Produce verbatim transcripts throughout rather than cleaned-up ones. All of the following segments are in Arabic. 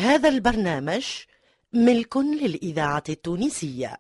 هذا البرنامج ملك للإذاعة التونسية.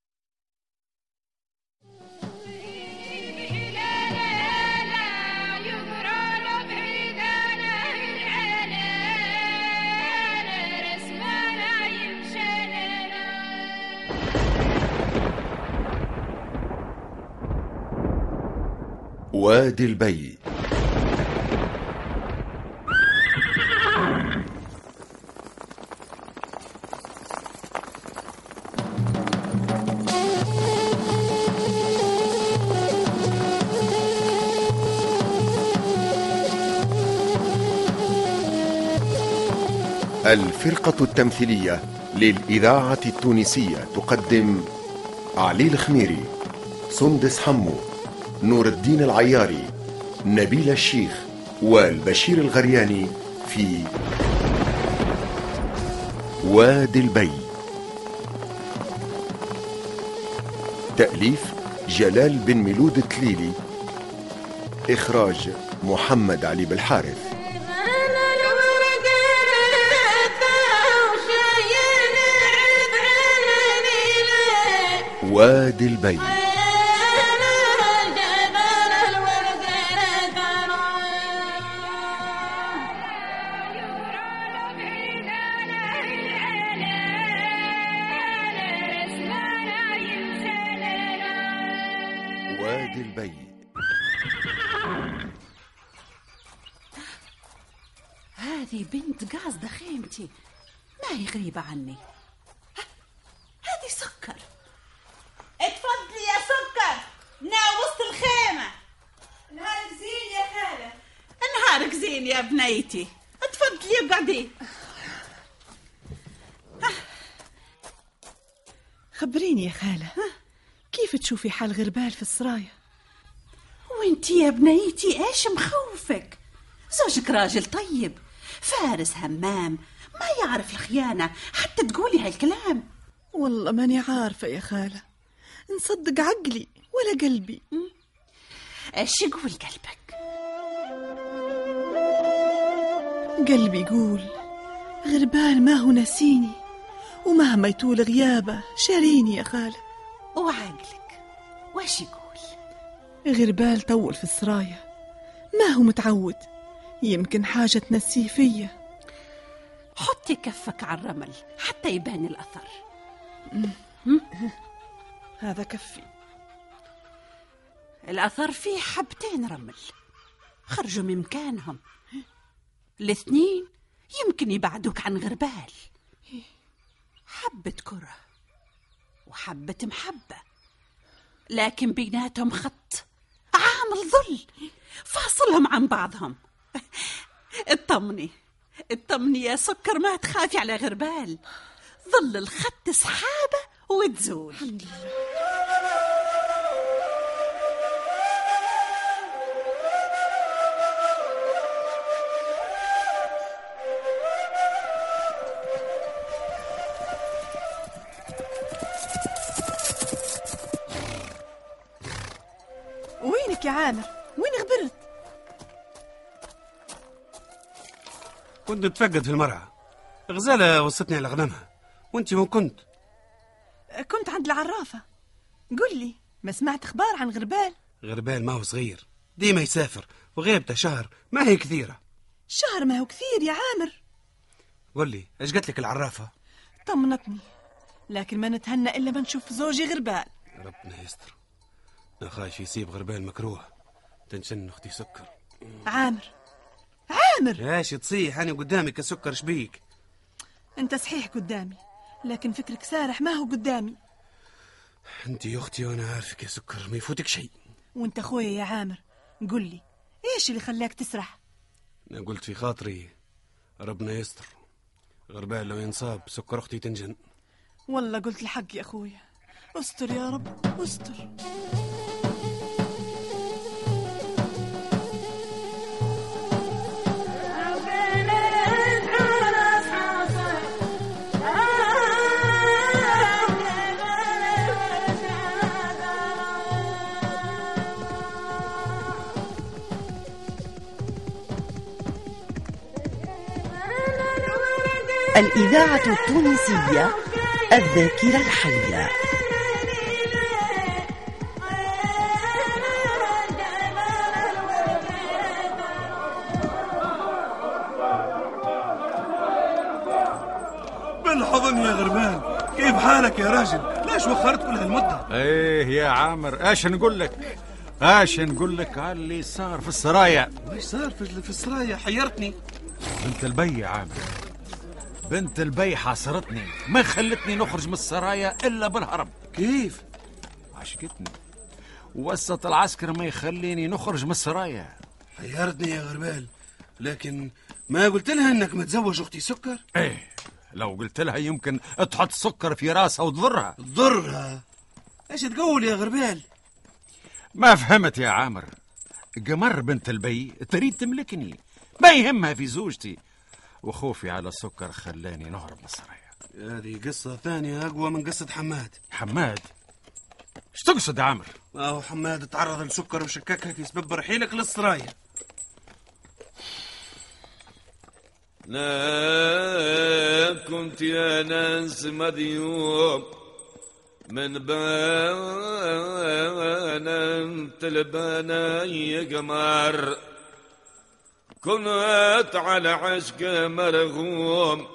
وادي البي. الفرقة التمثيلية للإذاعة التونسية تقدم علي الخميري، سندس حمو، نور الدين العياري، نبيل الشيخ والبشير الغرياني في وادي البي. تأليف جلال بن ميلود التليلي، إخراج محمد علي بالحارث. وادي البي. وادي البي. هذه بنت قاصدة خيمتي، ما هي غريبة عني. هذه سكر. اتفضلي يا سكر، نا وسط الخيمة. نهارك زين يا خالة. نهارك زين يا بنيتي، اتفضلي اقعدي. خبريني يا خالة، كيف تشوفي حال غربال في السرايا؟ وانتي يا بنيتي ايش مخوفك؟ زوجك راجل طيب، فارس همام، ما يعرف الخيانة حتى تقولي هالكلام. والله ماني عارفة يا خالة، نصدق عقلي ولا قلبي. ايش يقول قلبك؟ قلبي يقول غربال ما هو نسيني، ومهما يطول غيابه شاريني يا خالة. وعقلك واش يقول؟ غربال طول في السرايا، ما هو متعود، يمكن حاجة تنسيه فيا. حطي كفك على الرمل حتى يبان الأثر. هذا كفي. الأثر فيه حبتين رمل خرجوا من مكانهم، الاثنين يمكن يبعدوك عن غربال. حبة كرة وحبة محبة، لكن بيناتهم خط عامل ظل فاصلهم عن بعضهم. اطمني اطمني يا سكر، ما تخافي على غربال، ظل الخط سحابة وتزول. الحمد لله. وينك يا عامر؟ وين غبرت؟ كنت نتفقد في المرعى، غزالة وصتني على غنمها. وانتي وين كنت؟ كنت عند العرافة. قل لي، ما سمعت اخبار عن غربال؟ غربال ما هو صغير، ديما يسافر وغيبته شهر ما هي كثيرة. شهر ما هو كثير يا عامر. قل لي ايش قالت لك العرافة؟ طمنتني، لكن ما نتهنى الا ما نشوف زوجي غربال. ربنا يستر، انا خايف يسيب غربال مكروه. تنشن اختي سكر. عامر عامر ايش تصيح؟ انا قدامك يا سكر، شبيك؟ انت صحيح قدامي، لكن فكرك سارح ما هو قدامي. انت يا اختي وانا عارفك يا سكر، ما يفوتك شيء. وانت اخويا يا عامر، قل لي ايش اللي خلاك تسرح؟ انا قلت في خاطري ربنا يستر، غربال لو ينصاب سكر اختي تنجن. والله قلت الحق يا اخويا، استر يا رب استر. الإذاعة التونسية الذاكرة الحية. بالحضن يا غربان، كيف حالك يا راجل؟ ليش وخرت كل هالمدة؟ ايه يا عامر، ايش نقول لك؟ ايش نقول لك على اللي صار في السرايا؟ ايش صار في السرايا؟ حيرتني. بنت البي يا عامر، بنت البي حاصرتني، ما خلتني نخرج من السرايا الا بالهرب. كيف؟ عشقتني، وسط العسكر ما يخليني نخرج من السرايا. حيرتني يا غربال، لكن ما قلت لها انك متزوج اختي سكر؟ ايه، لو قلت لها يمكن تحط سكر في راسها وتضرها. تضرها؟ ايش تقول يا غربال؟ ما فهمت يا عامر. قمر بنت البي تريد تملكني، ما يهمها في زوجتي، وخوفي على سكر خلاني نهرب من السرايا. هذه قصة ثانية أقوى من قصة حماد. حماد؟ ايش تقصد يا عامر؟ أهو حماد تعرض لسكر وشككها في سبب رحيلك للسرايا. لا كنت يا ناس مديوم من بانا تلبانا يا قمر، كنت على عشق مرغوم،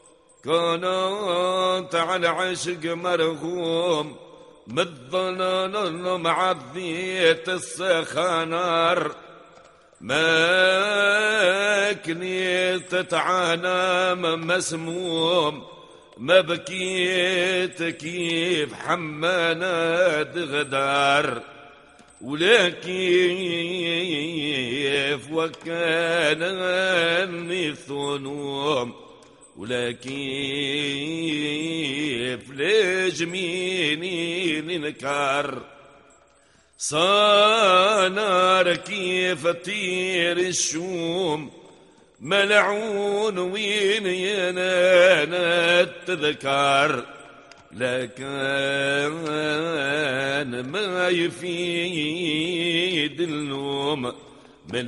كنت على عشق مرغوم، متظنن معذيت السخنار، ما كنيت تعانى مسموم، ما بكيت كيف حمانات غدار، ولا كيف وكانني ثنوم، ولا كيف لجميني ننكر، صانار كيف طير الشوم، ملعون وين ينانا التذكار، لكان ما يفيد النوم، من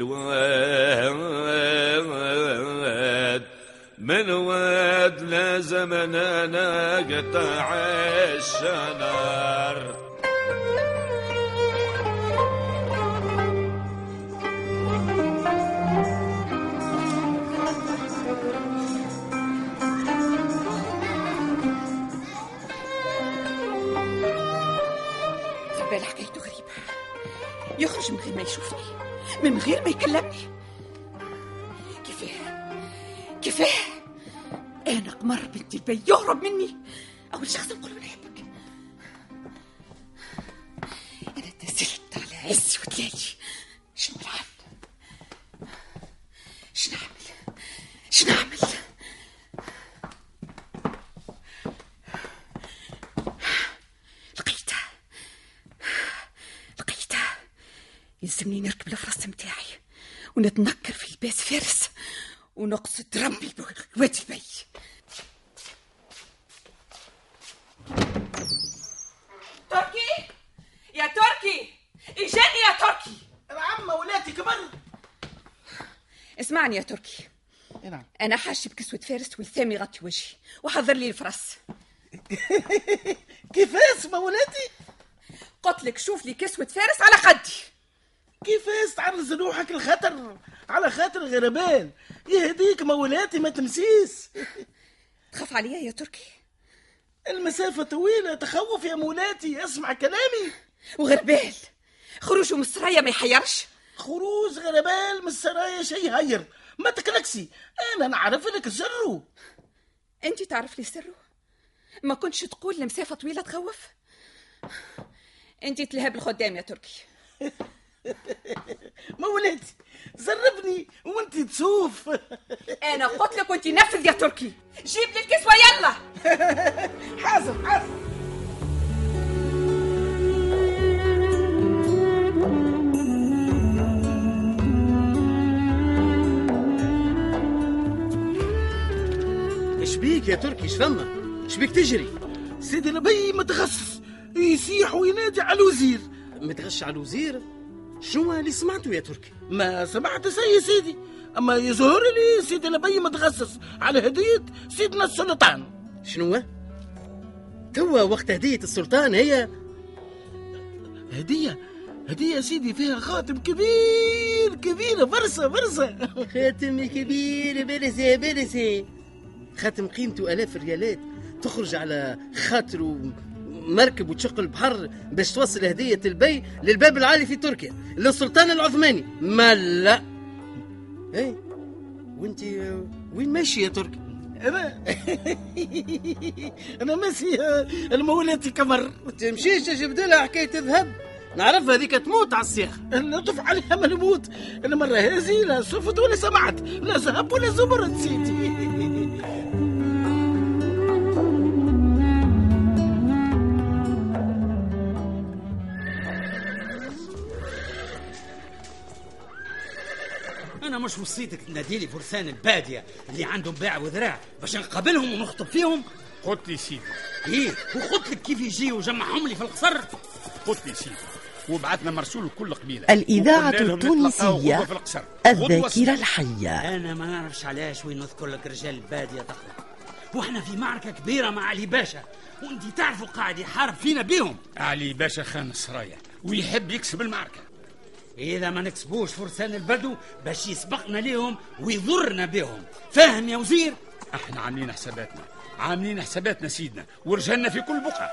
واد من واد لازم انا قطع الشنار. حكايته غريبة، يخرج من غير ما يشوفني، من غير ما يكلمني. كيفاه كيفاه أنا قمر بنت البي يهرب مني؟ أول شخص نقول له نحبك. أنا تزلت على عزي ودلالي، شنو نلعب؟ شنو نعمل؟ شنو نعمل؟ يلزمني نركب الفرس متاعي ونتنكر في لباس فارس ونقصد ربي بوادي البي. تركي يا تركي، اجاني يا تركي. العمة ولاتي كبر. اسمعني يا تركي، نعم. انا حاشي بكسوة فارس والثامي يغطي وجهي وحضر لي الفرس. كيفاش مولاتي؟ قلت لك شوف لي كسوة فارس على قدي. كيفاش تعرض روحك الخطر على خاطر غربان؟ يهديك مولاتي ما تمسيس. تخاف عليا يا تركي؟ المسافة طويلة، تخوف يا مولاتي، اسمع كلامي. وغربال خروجه من السرايا ما يحيرش؟ خروج غربال من السرايا شيء هير، ما تكلكسي، انا نعرف لك سره. انت تعرف لي سره؟ ما كنتش تقول المسافة طويلة تخوف؟ انت تلهب الخدام يا تركي. مولاتي زربني وانت تشوف. انا قلت لك وانت نفذ يا تركي، جيب لي الكسوة يلا. حاضر حاضر. ايش بيك يا تركي؟ ايش فما؟ ايش بيك تجري؟ سيدي البي متغصص يسيح وينادي على الوزير. متغش على الوزير؟ شنو اللي سمعته يا تركي؟ ما سمعت سي سيدي، أما يظهر لي سيدي لبي متغسس على هدية سيدنا السلطان. شنو توا وقت هدية السلطان؟ هي هدية هدية سيدي فيها خاتم كبير كبير برصة برصة. خاتم كبير برصة برصة، خاتم قيمته آلاف الريالات، تخرج على خاطر مركب وتشق البحر باش توصل هدية البي للباب العالي في تركيا للسلطان العثماني. ما لا ايه وانت وين ماشي يا تركي؟ انا انا ماشي المولاتي كمر. تمشيش تجبد لها حكايه ذهب، نعرفها هذيك تموت على السياخ. نطف عليها ما نموت. المره هذه لا صفت ولا سمعت، لا ذهب ولا زبرت سيدي. أنا مش وصيتك تناديلي فرسان البادية اللي عندهم باع وذراع باش نقابلهم ونخطب فيهم؟ قلت لي سيدي. إيه وقلت لك كيف يجي وجمعهم لي في القصر؟ قلت لي سيدي، وبعثنا مرسول لكل قبيلة. الإذاعة التونسية الذاكرة الحية. أنا ما نعرفش علاش وين نذكر لك رجال البادية تخلق، وإحنا في معركة كبيرة مع علي باشا، وأنت تعرفوا قاعد يحارب فينا بيهم. علي باشا خان السرايا ويحب يكسب المعركة. إذا ما نكسبوش فرسان البدو باش يسبقنا ليهم ويضرنا بهم، فاهم يا وزير؟ احنا عاملين حساباتنا عاملين حساباتنا سيدنا، ورجالنا في كل بقعة.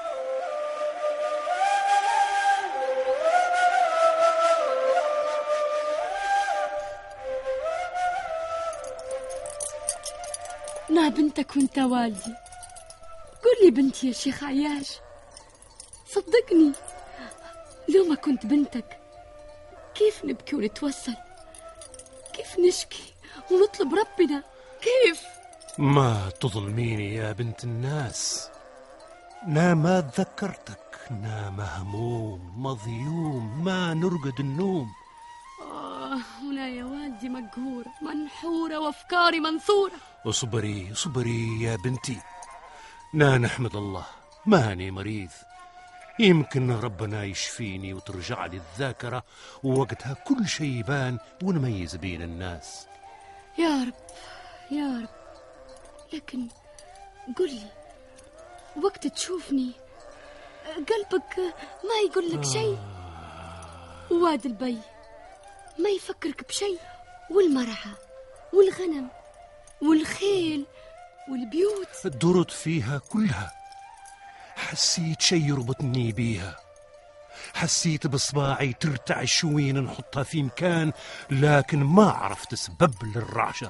أنا بنتك وانت والدي، قل لي بنتي يا شيخ عياش، صدقني لو ما كنت بنتك كيف نبكي ونتوسل، كيف نشكي ونطلب ربنا، كيف؟ ما تظلميني يا بنت الناس. نا ما تذكرتك، نا مهموم مضيوم ما نرقد النوم. آه هنا يا والدي مقهورة منحورة وأفكاري منثورة. اصبري اصبري يا بنتي، نا نحمد الله ماني مريض، يمكن ربنا يشفيني وترجع لي الذاكرة، ووقتها كل شيء يبان ونميز بين الناس. يا رب يا رب. لكن قل لي وقت تشوفني قلبك ما يقول لك شيء؟ وواد البي ما يفكرك بشيء؟ والمرعى والغنم والخيل والبيوت درت فيها كلها، حسيت شي يربطني بيها، حسيت بصباعي ترتعش وين نحطها في مكان، لكن ما عرفت سبب للرعشة.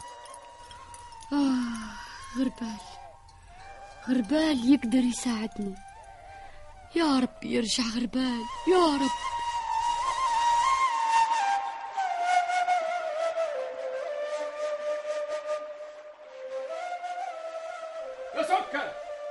آه غربال غربال يقدر يساعدني، يا رب يرجع غربال يا رب. يا سكر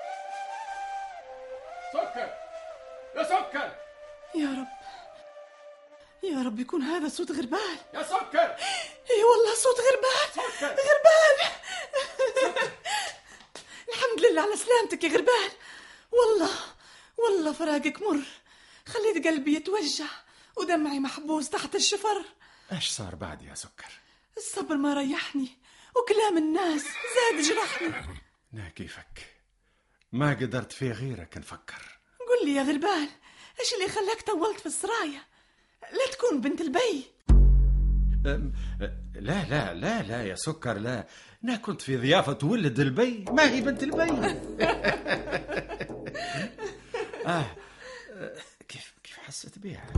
سكر يا سكر. يا رب يا رب يكون هذا صوت غربال. يا سكر. اي والله صوت غربال. سكر. غربال سكر. الحمد لله على سلامتك يا غربال. والله والله فراقك مر، خليت قلبي يتوجع ودمعي محبوس تحت الشفر. ايش صار بعد يا سكر؟ الصبر ما ريحني وكلام الناس زاد جرحني. لا كيفك ما قدرت في غيرك نفكر. قل لي يا غربال، ايش اللي خلاك طولت في السرايا؟ لا تكون بنت البي. لا لا لا لا يا سكر، لا، أنا كنت في ضيافة ولد البي، ما هي بنت البي. آه كيف كيف حسيت بيها؟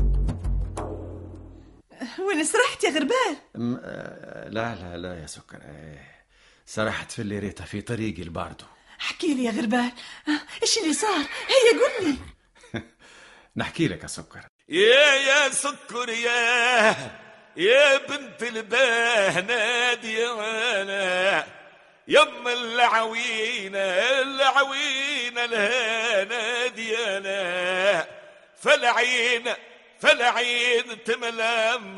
وين سرحت يا غربال؟ لا لا لا يا سكر، سرحت في اللي ريتها في طريقي الباردو. احكي لي يا غربال، ايش اللي صار؟ هيا قل لي. نحكي لك يا سكر. يا يا سكر يا يا بنت الباه نادي وانا يم العوينة العوينة لها نادي انا فالعين فالعين تملم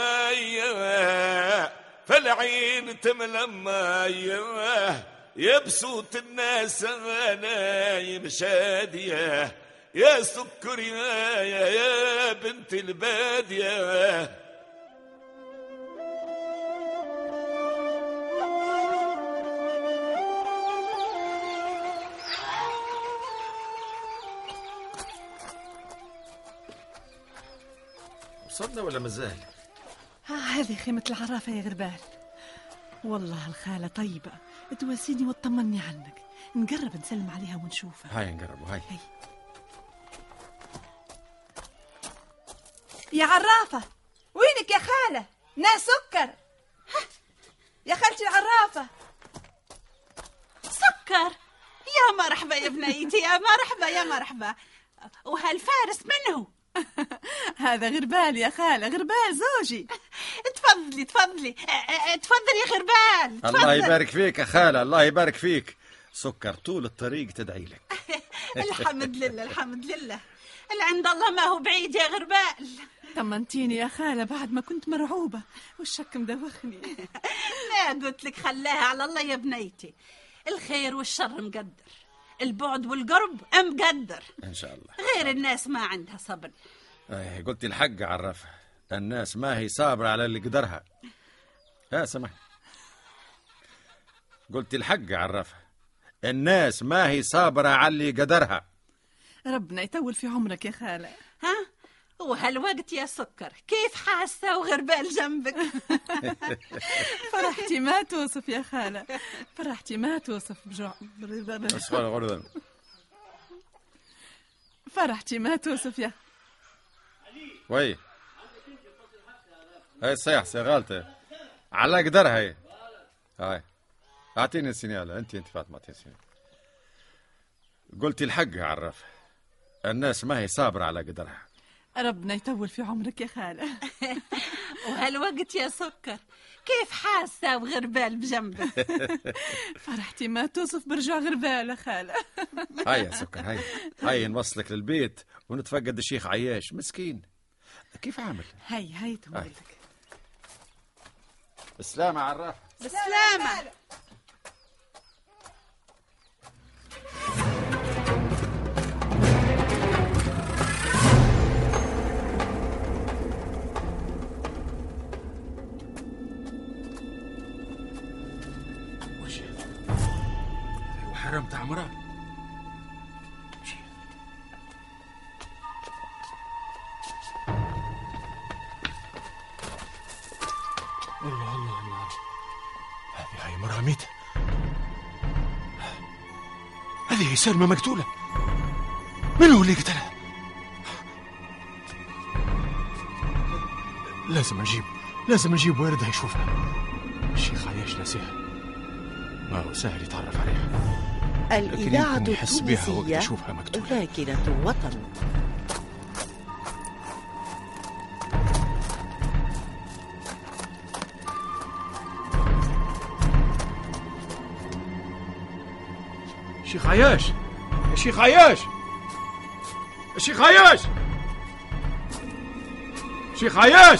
مايا فالعين تملم مايا يبسوط الناس انا يمشاديه يا سكر يا يا, يا بنت البادية. وصلنا ولا مازال؟ ها هذه خيمة العرافة يا غربال. والله الخالة طيبة، تواسيني وتطمني عنك. نقرب نسلم عليها ونشوفها. هاي نقربوا هاي. هاي يا عرافة، وينك يا خالة؟ ناس سكر. يا خالتي العرافة. سكر، يا مرحبا يا بنيتي، يا مرحبا يا مرحبا. وهالفارس منه؟ هذا غربال يا خالة، غربال زوجي. تفضلي تفضلي تفضلي يا غربال. تفضل. الله يبارك فيك يا خالة، الله يبارك فيك. سكر طول الطريق تدعي لك. الحمد لله الحمد لله، اللي عند الله ما هو بعيد يا غربال. طمنتيني يا خالة بعد ما كنت مرعوبة والشك مدوخني. ما قلت لك خلاها على الله يا بنيتي، الخير والشر مقدر، البعد والقرب مقدر إن شاء الله. غير الناس ما عندها صبر. ايه قلت الحق عرفها، الناس ما هي صابرة على اللي قدرها. ها سمح، قلت الحق عرفها، الناس ما هي صابرة على اللي قدرها. ربنا يطول في عمرك يا خالة. ها وهالوقت يا سكر كيف حاسة وغربال جنبك؟ فرحتي ما توصف يا خالة، فرحتي ما توصف بجوع. فرحتي ما توصف يا وي هاي صيح سيغالته على قدرها. هي هاي اعطيني السينيال. انت انت فاطمه اعطيني السينيال. قلتي الحق عرف، الناس ما هي صابره على قدرها. ربنا يطول في عمرك يا خالة. وهالوقت يا سكر كيف حاسة وغربال بجنبك؟ فرحتي ما توصف برجع غربال يا خالة. هاي يا سكر هاي هاي نوصلك للبيت ونتفقد الشيخ عياش مسكين. كيف عامل؟ هاي هاي تمرتك. بالسلامة عراف. بالسلامة. حرم تاع مراه. الله الله الله، هذه هاي مراه ميتة، هذه هي سلمى مقتولة. من هو اللي قتلها؟ لازم نجيب لازم نجيب والدها يشوفها. الشيخ عياش ناسيها، ما هو سهل يتعرف عليها. الإذاعة التونسية ذاكرة وطن. شيخ عياش، يا شيخ عياش، يا شيخ عياش، شيخ عياش.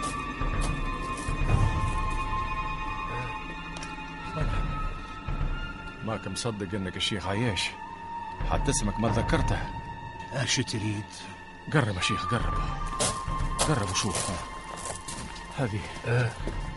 ماك مصدق انك الشيخ عياش، حتى اسمك ما تذكرته. اش تريد؟ قرب يا شيخ، قرب قرب وشوف. هذه آه.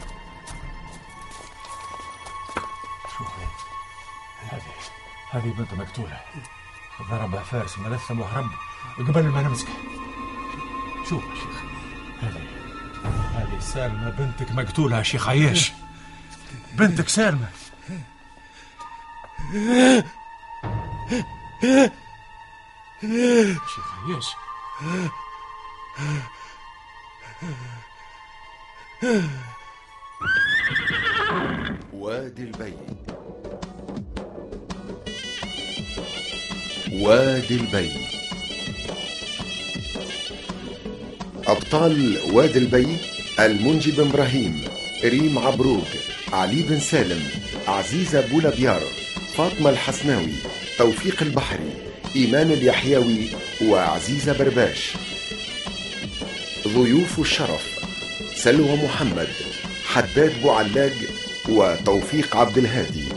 شوف هذه هذه بنت مقتولة، ضربها فارس ملثم وهرب قبل ما نمسكه. شوف يا شيخ، هذه هذه سالمة بنتك مقتولة يا شيخ عياش، بنتك سالمة. شيخ عياش، وادي البي. وادي البي. أبطال وادي البي: المنجي بن إبراهيم، ريم عبروك، علي بن سالم، عزيزة بولابيار، فاطمة الحسناوي، توفيق البحري، إيمان اليحيوي، وعزيزة برباش. ضيوف الشرف: سلوى محمد، حداد بوعلاج، وتوفيق عبد الهادي.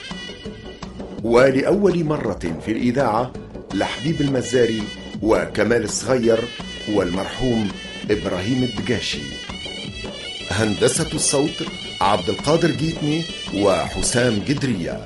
ولأول مرة في الإذاعة لحبيب المزاري وكمال الصغير والمرحوم إبراهيم الدقاشي. هندسة الصوت عبد القادر جيتني وحسام جدرية.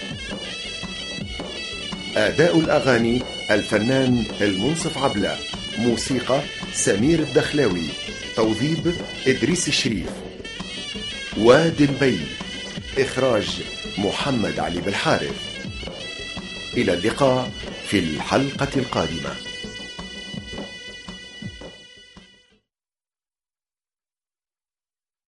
أداء الأغاني الفنان المنصف عبلة. موسيقى سمير الدخلاوي. توظيب إدريس الشريف. وادي البي، إخراج محمد علي بالحارث. إلى اللقاء في الحلقة القادمة.